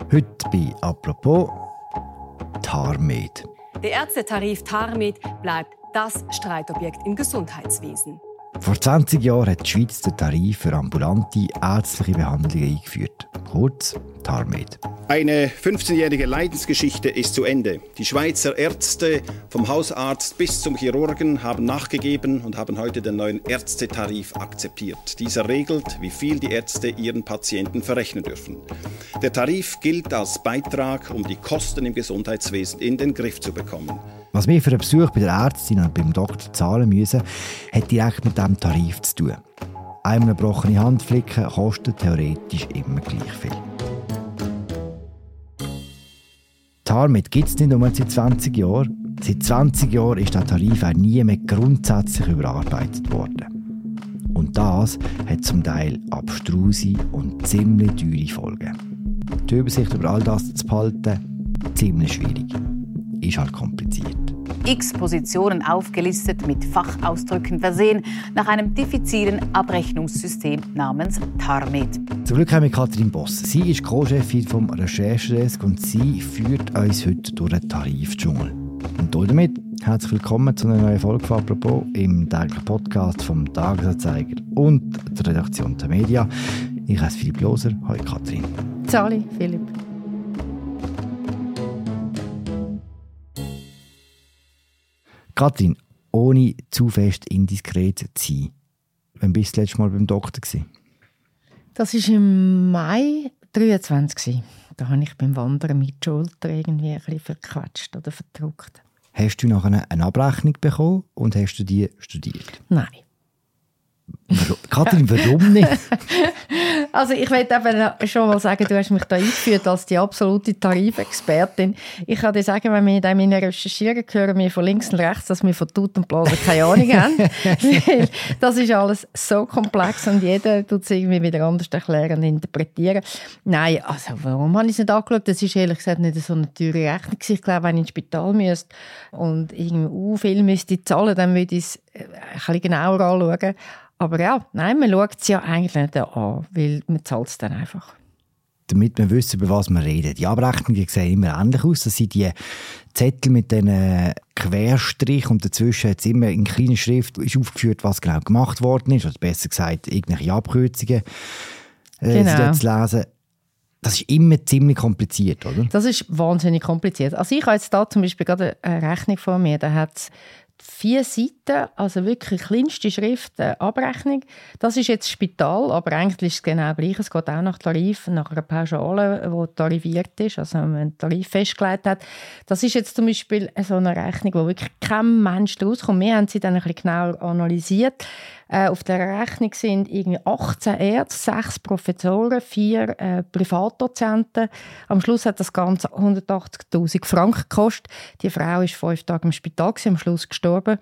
Heute bei «Apropos» TARMED. Der Ärztetarif TARMED bleibt das Streitobjekt im Gesundheitswesen. Vor 20 Jahren hat die Schweiz den Tarif für ambulante ärztliche Behandlungen eingeführt. Kurz TARMED. Eine 15-jährige Leidensgeschichte ist zu Ende. Die Schweizer Ärzte, vom Hausarzt bis zum Chirurgen, haben nachgegeben und haben heute den neuen Ärztetarif akzeptiert. Dieser regelt, wie viel die Ärzte ihren Patienten verrechnen dürfen. Der Tarif gilt als Beitrag, um die Kosten im Gesundheitswesen in den Griff zu bekommen. Was wir für einen Besuch bei der Ärztin und beim Doktor zahlen müssen, hat direkt mit diesem Tarif zu tun. Einmal gebrochene Handflicken kostet theoretisch immer gleich viel. TARMED gibt es nicht nur seit 20 Jahren. Seit 20 Jahren ist der Tarif auch nie mehr grundsätzlich überarbeitet worden. Und das hat zum Teil abstruse und ziemlich teure Folgen. Die Übersicht über all das zu behalten, ziemlich schwierig. Ist halt kompliziert. X Positionen aufgelistet, mit Fachausdrücken versehen, nach einem diffizilen Abrechnungssystem namens TARMED. Zum Glück haben wir Katrin Boss. Sie ist Co-Chefin vom Recherchedesk und sie führt uns heute durch den Tarifdschungel. Und damit herzlich willkommen zu einer neuen Folge von «Apropos» im täglichen Podcast vom Tagesanzeiger und der Redaktion der Media. Ich heiße Philipp Loser. Hallo Katrin. Sali, Philipp. Katrin, ohne zu fest indiskret zu sein, wann bist du das letzte Mal beim Doktor? Das war im Mai 2023. Da habe ich beim Wandern mit die Schulter irgendwie ein bisschen verquetscht oder verdrückt. Hast du nachher eine Abrechnung bekommen und hast du die studiert? Nein. Katrin, warum nicht? Also ich will eben schon mal sagen, du hast mich da eingeführt als die absolute Tarifexpertin. Ich kann dir sagen, wenn wir in meinen Recherchieren hören, wir von links und rechts, dass wir von Tut und Blasen keine Ahnung haben. Weil das ist alles so komplex und jeder tut es irgendwie wieder anders erklären und interpretieren. Nein, also warum habe ich es nicht angeschaut? Das ist ehrlich gesagt nicht so eine teure Rechnung. Ich glaube, wenn ich ins Spital müsste und irgendwie viel müsste zahlen, dann würde ich es ein bisschen genauer anschauen. Aber ja, nein, man schaut es ja eigentlich nicht an, weil man zahlt es dann einfach. Damit wir wissen, über was wir reden. Die Abrechnungen sehen immer ähnlich aus. Das sind die Zettel mit diesen Querstrich und dazwischen hat es immer in kleiner Schrift ist aufgeführt, was genau gemacht worden ist. Oder besser gesagt, irgendwelche Abkürzungen Genau. zu lesen. Das ist immer ziemlich kompliziert, oder? Das ist wahnsinnig kompliziert. Also ich habe jetzt da zum Beispiel gerade eine Rechnung vor mir, da hat es 4 Seiten, also wirklich kleinste Schrift, Abrechnung. Das ist jetzt Spital, aber eigentlich ist es genau gleich. Es geht auch nach Tarif, nach einer Pauschale, die tarifiert ist, also wenn man einen Tarif festgelegt hat. Das ist jetzt zum Beispiel so eine Rechnung, wo wirklich kein Mensch rauskommt. Wir haben sie dann ein bisschen genauer analysiert. Auf der Rechnung sind irgendwie 18 Ärzte, 6 Professoren, 4 Privatdozenten. Am Schluss hat das Ganze 180'000 Franken gekostet. Die Frau war 5 Tage im Spital, am Schluss gestorben.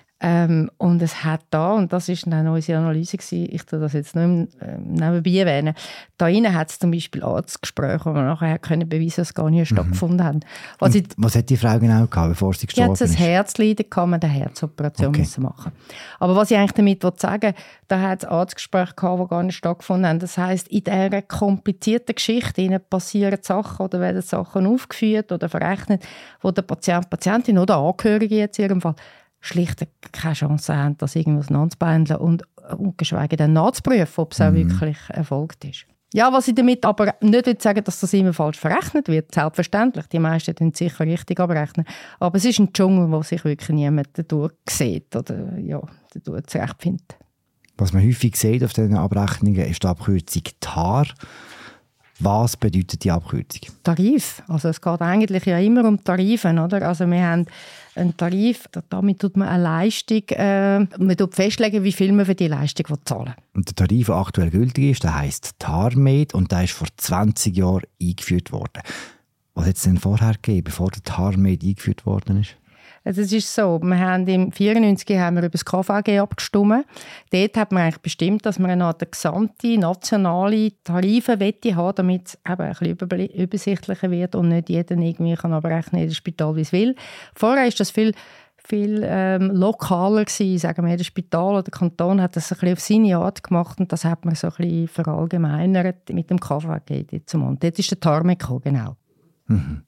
Und es hat da, und das war dann unsere Analyse, ich tue das jetzt nicht nebenbei erwähnen, da innen hat es zum Beispiel Arztgespräche, wo wir nachher beweisen können, dass es gar nicht stattgefunden haben. Was hat die Frau genau gehabt, bevor sie gestorben ist? Sie hat ein Herzleiden gehabt, man eine Herzoperation müssen machen. Aber was ich eigentlich damit sagen will, da hat es Arztgespräche gehabt, die gar nicht stattgefunden haben. Das heisst, in dieser komplizierten Geschichte passieren Sachen oder werden Sachen aufgeführt oder verrechnet, wo der Patient, Patientin oder Angehörige jetzt in ihrem Fall schlicht keine Chance haben, das irgendwas nachzubändeln und geschweige denn nachzuprüfen, ob es auch wirklich erfolgt ist. Ja, was ich damit aber nicht sagen, dass das immer falsch verrechnet wird. Selbstverständlich, die meisten tun sicher richtig abrechnen. Aber es ist ein Dschungel, wo sich wirklich niemand dadurch sieht oder ja, dadurch zurechtfindet. Was man häufig sieht auf diesen Abrechnungen, ist die Abkürzung TAR. Was bedeutet die Abkürzung? Tarif. Also es geht eigentlich ja immer um Tarife, oder? Also wir haben einen Tarif, damit tut man eine Leistung, man tut festlegen, wie viel man für die Leistung zahlen will. Und der Tarif, der aktuell gültig ist, der heisst TARMED und der ist vor 20 Jahren eingeführt worden. Was hat es denn vorher gegeben, bevor der TARMED eingeführt worden ist? Also es ist so, wir haben im 1994 haben wir über das KVG abgestimmt. Dort hat man eigentlich bestimmt, dass man eine gesamte nationale Tarife haben, damit es eben ein bisschen übersichtlicher wird und nicht jeder irgendwie kann abrechnen in das Spital, wie es will. Vorher war das viel viel lokaler gewesen. Sagen wir, das Spital oder der Kanton hat das ein bisschen auf seine Art gemacht und das hat man so ein bisschen verallgemeinert mit dem KVG. Und dort ist der TARMED gekommen, genau. Mhm.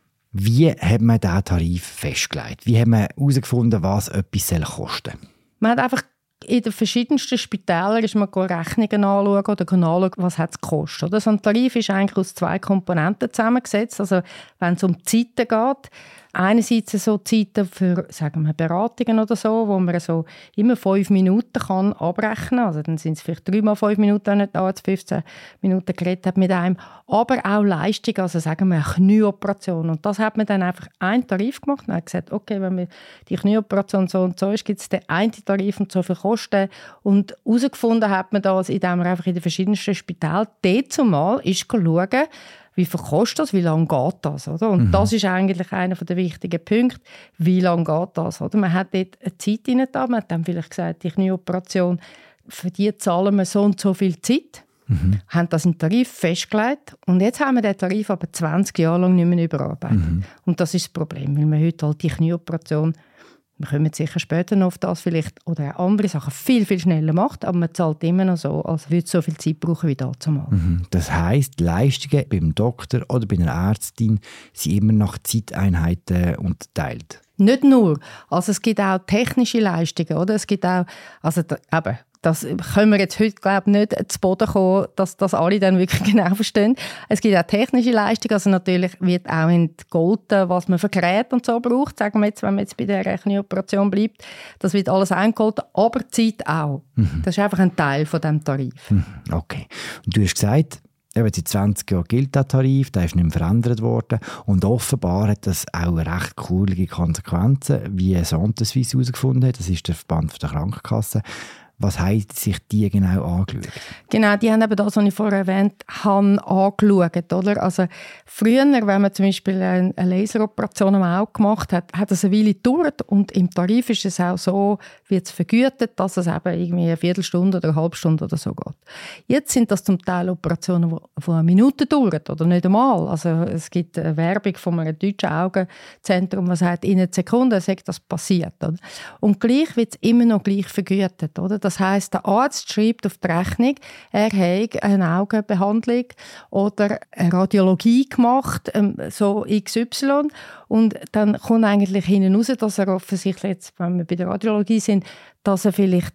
Wie hat man diesen Tarif festgelegt? Wie hat man herausgefunden, was etwas kosten soll? Man hat einfach in den verschiedensten Spitälern ist man Rechnungen anschauen oder anschauen, was es gekostet hat. So ein Tarif ist eigentlich aus 2 Komponenten zusammengesetzt. Also wenn es um die Zeiten geht, einerseits so Zeiten für, sagen wir, Beratungen oder so, wo man so immer 5 Minuten kann abrechnen kann. Also dann sind es vielleicht 3 mal 5 Minuten, wenn nicht jetzt 15 Minuten geredet hat mit einem. Aber auch Leistung, also sagen wir eine Knieoperation. Und das hat man dann einfach einen Tarif gemacht und hat gesagt, okay, wenn die Knieoperation so und so ist, gibt es den einen Tarif und so viel Kosten. Und herausgefunden hat man das, indem man einfach in den verschiedensten Spitälern dazumal ist schauen, wie viel kostet das, wie lange geht das? Oder? Und das ist eigentlich einer der wichtigen Punkte. Wie lange geht das? Oder? Man hat dort eine Zeit rein, man hat dann vielleicht gesagt, die Knieoperation, für die zahlen wir so und so viel Zeit. Haben das in den Tarif festgelegt. Und jetzt haben wir den Tarif aber 20 Jahre lang nicht mehr überarbeitet. Und das ist das Problem, weil man heute halt die Knieoperation, wir kommen sicher später noch auf das vielleicht, oder auch andere Sachen viel, viel schneller macht, aber man zahlt immer noch so, als würde es so viel Zeit brauchen wie dazumal. Das heisst, Leistungen beim Doktor oder bei einer Ärztin sind immer nach Zeiteinheiten unterteilt? Nicht nur. Also es gibt auch technische Leistungen, oder? Es gibt auch, also eben, das können wir jetzt heute, glaube ich, nicht zu Boden kommen, dass das alle dann wirklich genau verstehen. Es gibt auch technische Leistungen, also natürlich wird auch entgolten, was man für Geräte und so braucht, sagen wir jetzt, wenn man jetzt bei der Knieoperation bleibt. Das wird alles eingegolten, aber die Zeit auch. Das ist einfach ein Teil von diesem Tarif. Okay. Und du hast gesagt, seit 20 Jahren gilt der Tarif, der ist nicht mehr verändert worden und offenbar hat das auch recht coole Konsequenzen, wie Santé-Suisse herausgefunden hat, das ist der Verband der Krankenkassen. Was haben sich die genau angeschaut? Genau, die haben eben das, was ich vorher erwähnt habe, angeschaut. Oder? Also früher, wenn man zum Beispiel eine Laseroperation am Auge gemacht hat, hat es eine Weile gedauert und im Tarif ist es auch so, wird es vergütet, dass es eben irgendwie eine Viertelstunde oder eine halbe Stunde oder so geht. Jetzt sind das zum Teil Operationen, die eine Minute dauern oder nicht einmal. Also es gibt eine Werbung von einem deutschen Augenzentrum, das sagt, in einer Sekunde sagt das passiert. Oder? Und gleich wird es immer noch gleich vergütet. Oder? Das heisst, der Arzt schreibt auf die Rechnung, er habe eine Augenbehandlung oder eine Radiologie gemacht, so XY. Und dann kommt eigentlich hinten raus, dass er offensichtlich, jetzt, wenn wir bei der Radiologie sind, dass er vielleicht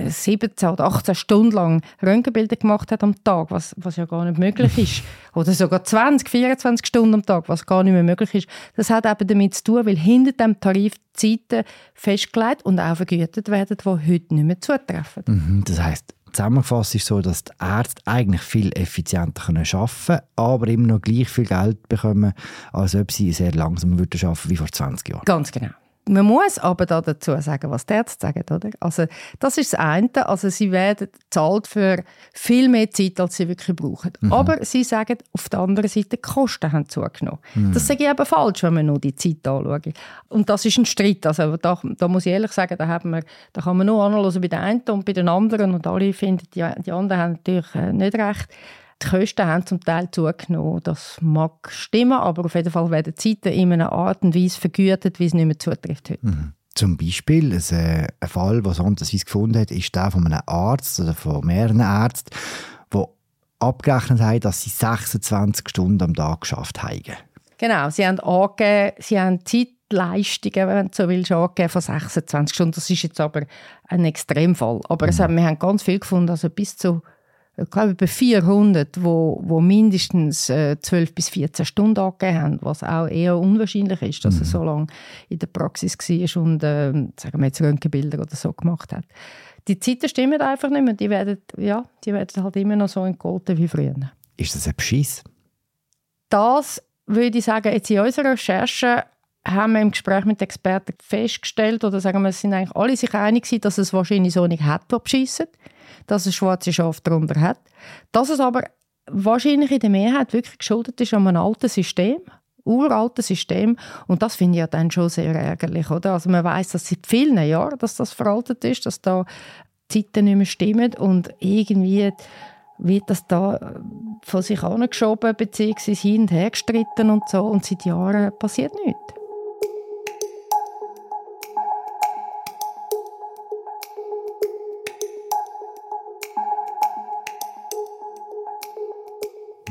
17 oder 18 Stunden lang Röntgenbilder gemacht hat am Tag, was ja gar nicht möglich ist. Oder sogar 20, 24 Stunden am Tag, was gar nicht mehr möglich ist. Das hat eben damit zu tun, weil hinter dem Tarif Zeiten festgelegt und auch vergütet werden, die heute nicht mehr zutreffen. Das heisst, zusammengefasst ist es so, dass die Ärzte eigentlich viel effizienter arbeiten können, aber immer noch gleich viel Geld bekommen, als ob sie sehr langsam arbeiten würden wie vor 20 Jahren. Ganz genau. Man muss aber dazu sagen, was die Ärzte sagen. Oder? Also, das ist das eine. Also, sie werden bezahlt für viel mehr Zeit, als sie wirklich brauchen. Aber sie sagen, auf der anderen Seite, die Kosten haben zugenommen. Das sage ich eben falsch, wenn man nur die Zeit anschaut. Und das ist ein Streit. Also, da muss ich ehrlich sagen, da kann man nur anhören bei den einen und bei den anderen. Und alle finden, die anderen haben natürlich nicht recht. Die Kosten haben zum Teil zugenommen. Das mag stimmen, aber auf jeden Fall werden die Zeiten in einer Art und Weise vergütet, wie es nicht mehr zutrifft heute. Zum Beispiel, ein Fall, den Santé-Suisse gefunden hat, ist der von einem Arzt oder von mehreren Ärzten, die abgerechnet haben, dass sie 26 Stunden am Tag geschafft haben. Genau, sie haben angegeben, sie haben Zeitleistungen, wenn du so willst, angegeben von 26 Stunden. Das ist jetzt aber ein Extremfall. Aber wir haben ganz viel gefunden, also bis zu, ich glaube, über 400, wo mindestens 12 bis 14 Stunden angegeben haben, was auch eher unwahrscheinlich ist, dass er so lange in der Praxis war und sagen wir jetzt Röntgenbilder oder so gemacht hat. Die Zeiten stimmen einfach nicht mehr. Die werden halt immer noch so entgolten wie früher. Ist das ein Beschiss? Das würde ich sagen, jetzt in unserer Recherche haben wir im Gespräch mit Experten festgestellt, oder sagen wir, es sind eigentlich alle sich einig gewesen, dass es wahrscheinlich so nicht hat, was beschissen, dass es schwarze Schafe darunter hat. Dass es aber wahrscheinlich in der Mehrheit wirklich geschuldet ist an einem alten System, uralten System. Und das finde ich ja dann schon sehr ärgerlich. Oder? Also man weiss, dass seit vielen Jahren dass das veraltet ist, dass da die Zeiten nicht mehr stimmen und irgendwie wird das da von sich angeschoben bzw. hin und her gestritten und so und seit Jahren passiert nichts.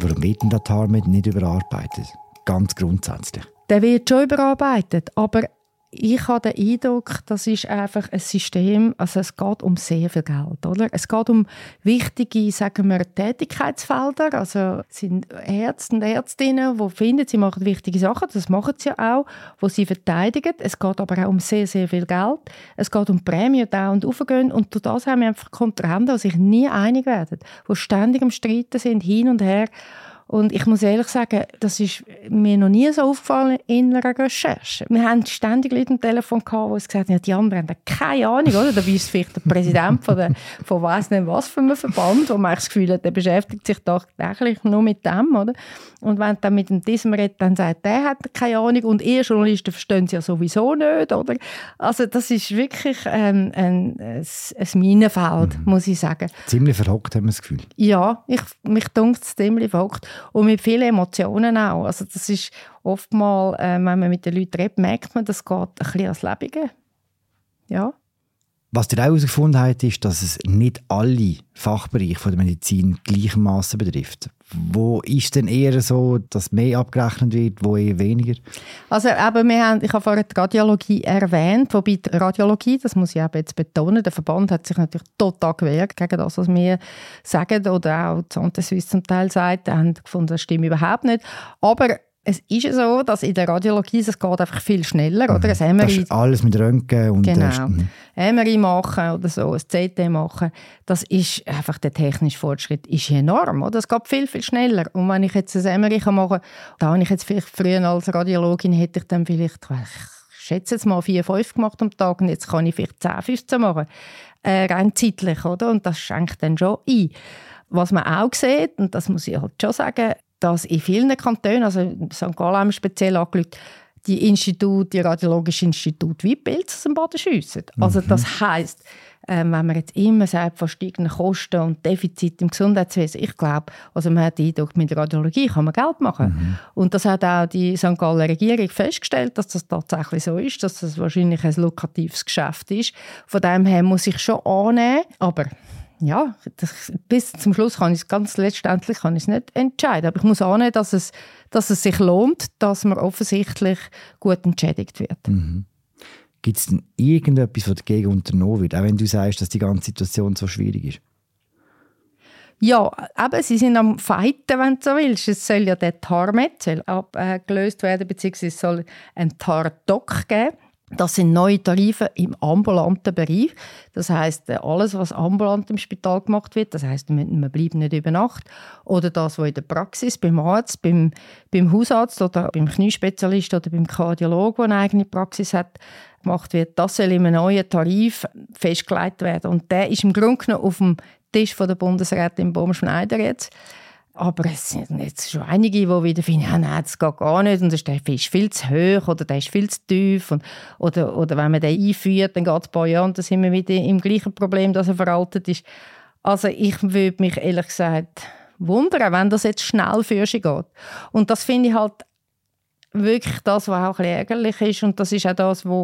Warum wird denn der TARMED nicht überarbeitet? Ganz grundsätzlich. Der wird schon überarbeitet, aber ich habe den Eindruck, das ist einfach ein System, also es geht um sehr viel Geld, oder? Es geht um wichtige, sagen wir, Tätigkeitsfelder, also es sind Ärzte und Ärztinnen, die finden, sie machen wichtige Sachen, das machen sie ja auch, wo sie verteidigen. Es geht aber auch um sehr, sehr viel Geld. Es geht um Prämien, die da und aufgehen, und durch das haben wir einfach Kontrahenten, die sich nie einig werden, die ständig am Streiten sind, hin und her. Und ich muss ehrlich sagen, das ist mir noch nie so aufgefallen in einer Recherche. Wir haben ständig Leute am Telefon gehabt, die gesagt haben, ja, die anderen haben keine Ahnung, oder? Da ist vielleicht der Präsident von weiss nicht was für einem Verband, wo man das Gefühl hat, der beschäftigt sich tagtäglich nur mit dem, oder? Und wenn dann mit diesem redet, dann sagt der hat keine Ahnung und ihr Journalisten verstehen es ja sowieso nicht, oder? Also das ist wirklich ein Minenfeld, muss ich sagen. Ziemlich verhockt, haben wir das Gefühl. Ja, mich dunkt es ziemlich verhockt. Und mit vielen Emotionen auch. Also das ist oftmals, wenn man mit den Leuten redet, merkt man, das geht ein bisschen ans Lebige. Ja. Was ihr auch herausgefunden habt, ist, dass es nicht alle Fachbereiche der Medizin gleichermaßen betrifft. Wo ist denn eher so, dass mehr abgerechnet wird, wo eher weniger? Also eben, ich habe vorhin die Radiologie erwähnt, wobei die Radiologie, das muss ich eben jetzt betonen, der Verband hat sich natürlich total gewehrt gegen das, was wir sagen, oder auch die Santé Suisse zum Teil sagt, haben gefunden, das stimmt überhaupt nicht. Aber es ist ja so, dass in der Radiologie es geht einfach viel schneller, oder? Ein MRI, das ist alles mit Röntgen und genau. MRI machen oder so, ein CT machen, das ist einfach, der technische Fortschritt ist enorm, oder? Es geht viel, viel schneller. Und wenn ich jetzt ein MRI machen kann, da habe ich jetzt vielleicht früher als Radiologin, hätte ich dann vielleicht, ich schätze jetzt mal 4-5 gemacht am Tag, und jetzt kann ich vielleicht 10-15 machen. Rein zeitlich, oder? Und das schenkt dann schon ein. Was man auch sieht, und das muss ich halt schon sagen, dass in vielen Kantonen, also in St. Gallen haben wir speziell angeschaut, die radiologischen Institute wie Pilze aus dem Boden schiessen. Also das heisst, wenn man jetzt immer sagt, von steigenden Kosten und Defizit im Gesundheitswesen, ich glaube, also man hat den Eindruck, mit der Radiologie kann man Geld machen. Und das hat auch die St. Galler Regierung festgestellt, dass das tatsächlich so ist, dass das wahrscheinlich ein lukratives Geschäft ist. Von dem her muss ich schon annehmen, aber ja, bis zum Schluss letztendlich kann ich es nicht entscheiden. Aber ich muss annehmen, dass es sich lohnt, dass man offensichtlich gut entschädigt wird. Gibt es denn irgendetwas, was dagegen unternommen wird, auch wenn du sagst, dass die ganze Situation so schwierig ist? Ja, aber sie sind am Fighten, wenn du so willst. Es soll ja der TARMED abgelöst werden, beziehungsweise es soll ein TARDOC geben. Das sind neue Tarife im ambulanten Bereich. Das heisst, alles, was ambulant im Spital gemacht wird, das heisst, man bleibt nicht über Nacht. Oder das, was in der Praxis, beim Arzt, beim Hausarzt oder beim Kniespezialist oder beim Kardiologen, der eine eigene Praxis hat, gemacht wird, das soll in einem neuen Tarif festgelegt werden. Und der ist im Grunde genommen auf dem Tisch von der Bundesrätin Baum-Schneider jetzt. Aber es sind jetzt schon einige, die wieder finden, ja, nein, das geht gar nicht und der ist viel zu hoch oder der ist viel zu tief. Oder wenn man den einführt, dann geht es ein paar Jahre und dann sind wir wieder im gleichen Problem, dass er veraltet ist. Also ich würde mich ehrlich gesagt wundern, wenn das jetzt schnell für sich geht. Und das finde ich halt wirklich das, was auch ein bisschen ärgerlich ist. Und das ist auch das, wo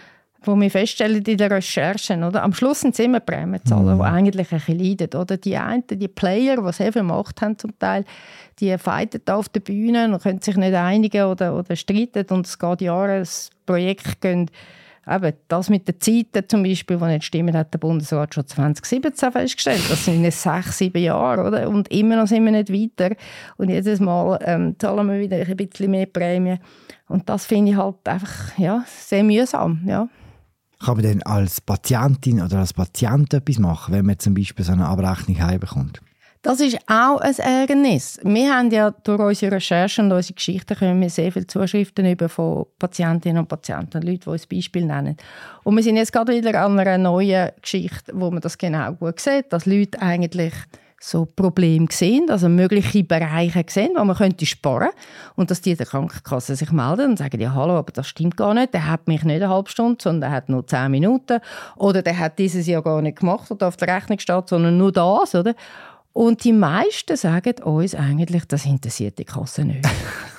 wir feststellen in den Recherchen, oder? Am Schluss sind es immer Prämienzahler, die eigentlich ein bisschen leiden. Oder die Player, die sehr viel Macht haben zum Teil, die fighten da auf der Bühne und können sich nicht einigen oder streiten. Und es geht Jahre, das Projekt geht, eben das mit den Zeiten zum Beispiel, die nicht stimmen, hat der Bundesrat schon 2017 festgestellt. Das sind jetzt 6-7 Jahre, oder? Und immer noch sind wir nicht weiter. Und jedes Mal zahlen wir wieder ein bisschen mehr Prämie. Und das finde ich halt einfach sehr mühsam, ja. Kann man denn als Patientin oder als Patient etwas machen, wenn man zum Beispiel so eine Abrechnung heimbekommt? Das ist auch ein Ärgernis. Wir haben ja durch unsere Recherchen und unsere Geschichten können wir sehr viele Zuschriften über von Patientinnen und Patienten, Leute, die ein Beispiel nennen. Und wir sind jetzt gerade wieder an einer neuen Geschichte, wo man das genau gut sieht, dass Leute eigentlich so Probleme sehen, also mögliche Bereiche sehen, wo man könnte sparen und dass die der Krankenkasse sich melden und sagen, ja hallo, aber das stimmt gar nicht, der hat mich nicht eine halbe Stunde, sondern der hat nur 10 Minuten oder der hat dieses Jahr gar nicht gemacht oder auf der Rechnung steht, sondern nur das, oder? Und die meisten sagen uns eigentlich, das interessiert die Kasse nicht.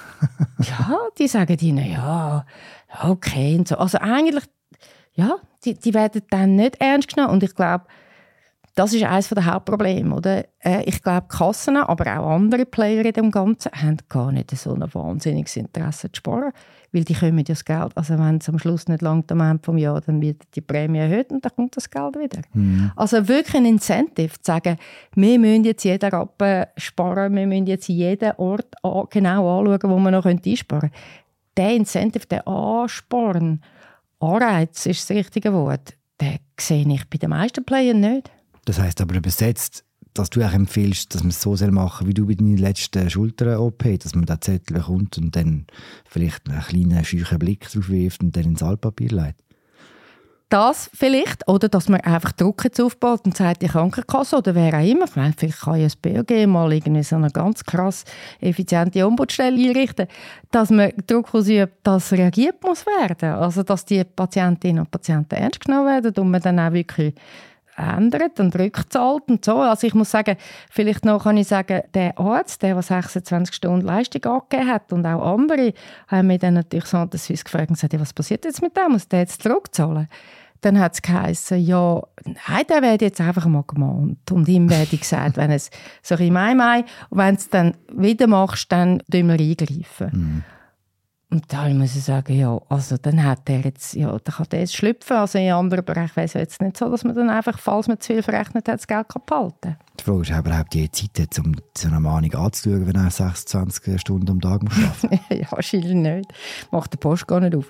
Ja, die sagen ihnen, ja, okay und so. Also eigentlich, ja, die werden dann nicht ernst genommen und ich glaube, Das ist eines der Hauptprobleme. Oder? Ich glaube, Kassen, aber auch andere Player in dem Ganzen haben gar nicht so ein wahnsinniges Interesse zu sparen. Weil die kommen ja das Geld, also wenn es am Schluss nicht langt am Ende des Jahres, dann wird die Prämie erhöht und dann kommt das Geld wieder. Also wirklich ein Incentive zu sagen, wir müssen jetzt jeden Rappen sparen, wir müssen jetzt jeden Ort genau anschauen, wo wir noch einsparen können. Der Incentive, der Ansporn, Anreiz ist das richtige Wort, den sehe ich bei den meisten Playern nicht. Das heisst aber übersetzt, dass du auch empfiehlst, dass man es so machen soll, wie du bei deiner letzten Schulter-OP, dass man den Zettel kommt und dann vielleicht einen kleinen, scheuchen Blick drauf wirft und dann ins Altpapier legt. Das vielleicht, oder dass man einfach Druck jetzt aufbaut und sagt, die Krankenkasse oder wer auch immer, ich meine, vielleicht kann ja das BAG mal irgendwie so eine ganz krass effiziente Ombudsstelle einrichten, dass man Druck ausübt, dass reagiert muss werden. Also dass die Patientinnen und Patienten ernst genommen werden und man dann auch wirklich ändert und rückzahlt und so. Also ich muss sagen, vielleicht noch kann ich sagen, der Arzt, der 26 Stunden Leistung angegeben hat und auch andere, haben mir dann natürlich so an der Swiss gefragt und gesagt, was passiert jetzt mit dem? Muss der jetzt zurückzahlen? Dann hat es geheißen, ja, nein, der wird jetzt einfach mal gemahnt. Und ihm werde gesagt, wenn es so ein Mai, und wenn du es dann wieder machst, dann tun wir eingreifen. Und da muss ich sagen, ja, also dann hat der jetzt, ja, dann kann der jetzt schlüpfen. Also in anderen Bereichen wäre es jetzt nicht so, dass man dann einfach, falls man zu viel verrechnet hat, das Geld behalten. Die Frage ist überhaupt die Zeit, um so eine Mahnung anzuschauen, wenn er 26 Stunden am Tag muss arbeiten. Ja, wahrscheinlich nicht. Macht der Post gar nicht auf.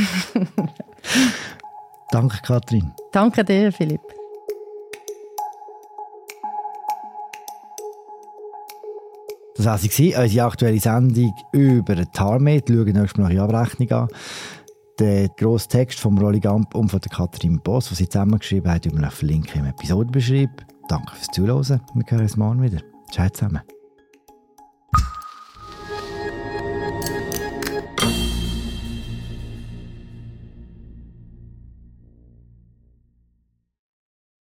Danke, Kathrin. Danke dir, Philipp. Das war unsere aktuelle Sendung über den TARMED. Schauen wir nächstes Mal die Abrechnung an. Der grosse Text von Rolli Gamp und von der Kathrin Boss, den sie zusammengeschrieben haben, verlinken wir im Episodenbeschreibung. Danke fürs Zuhören. Wir hören uns morgen wieder. Ciao zusammen.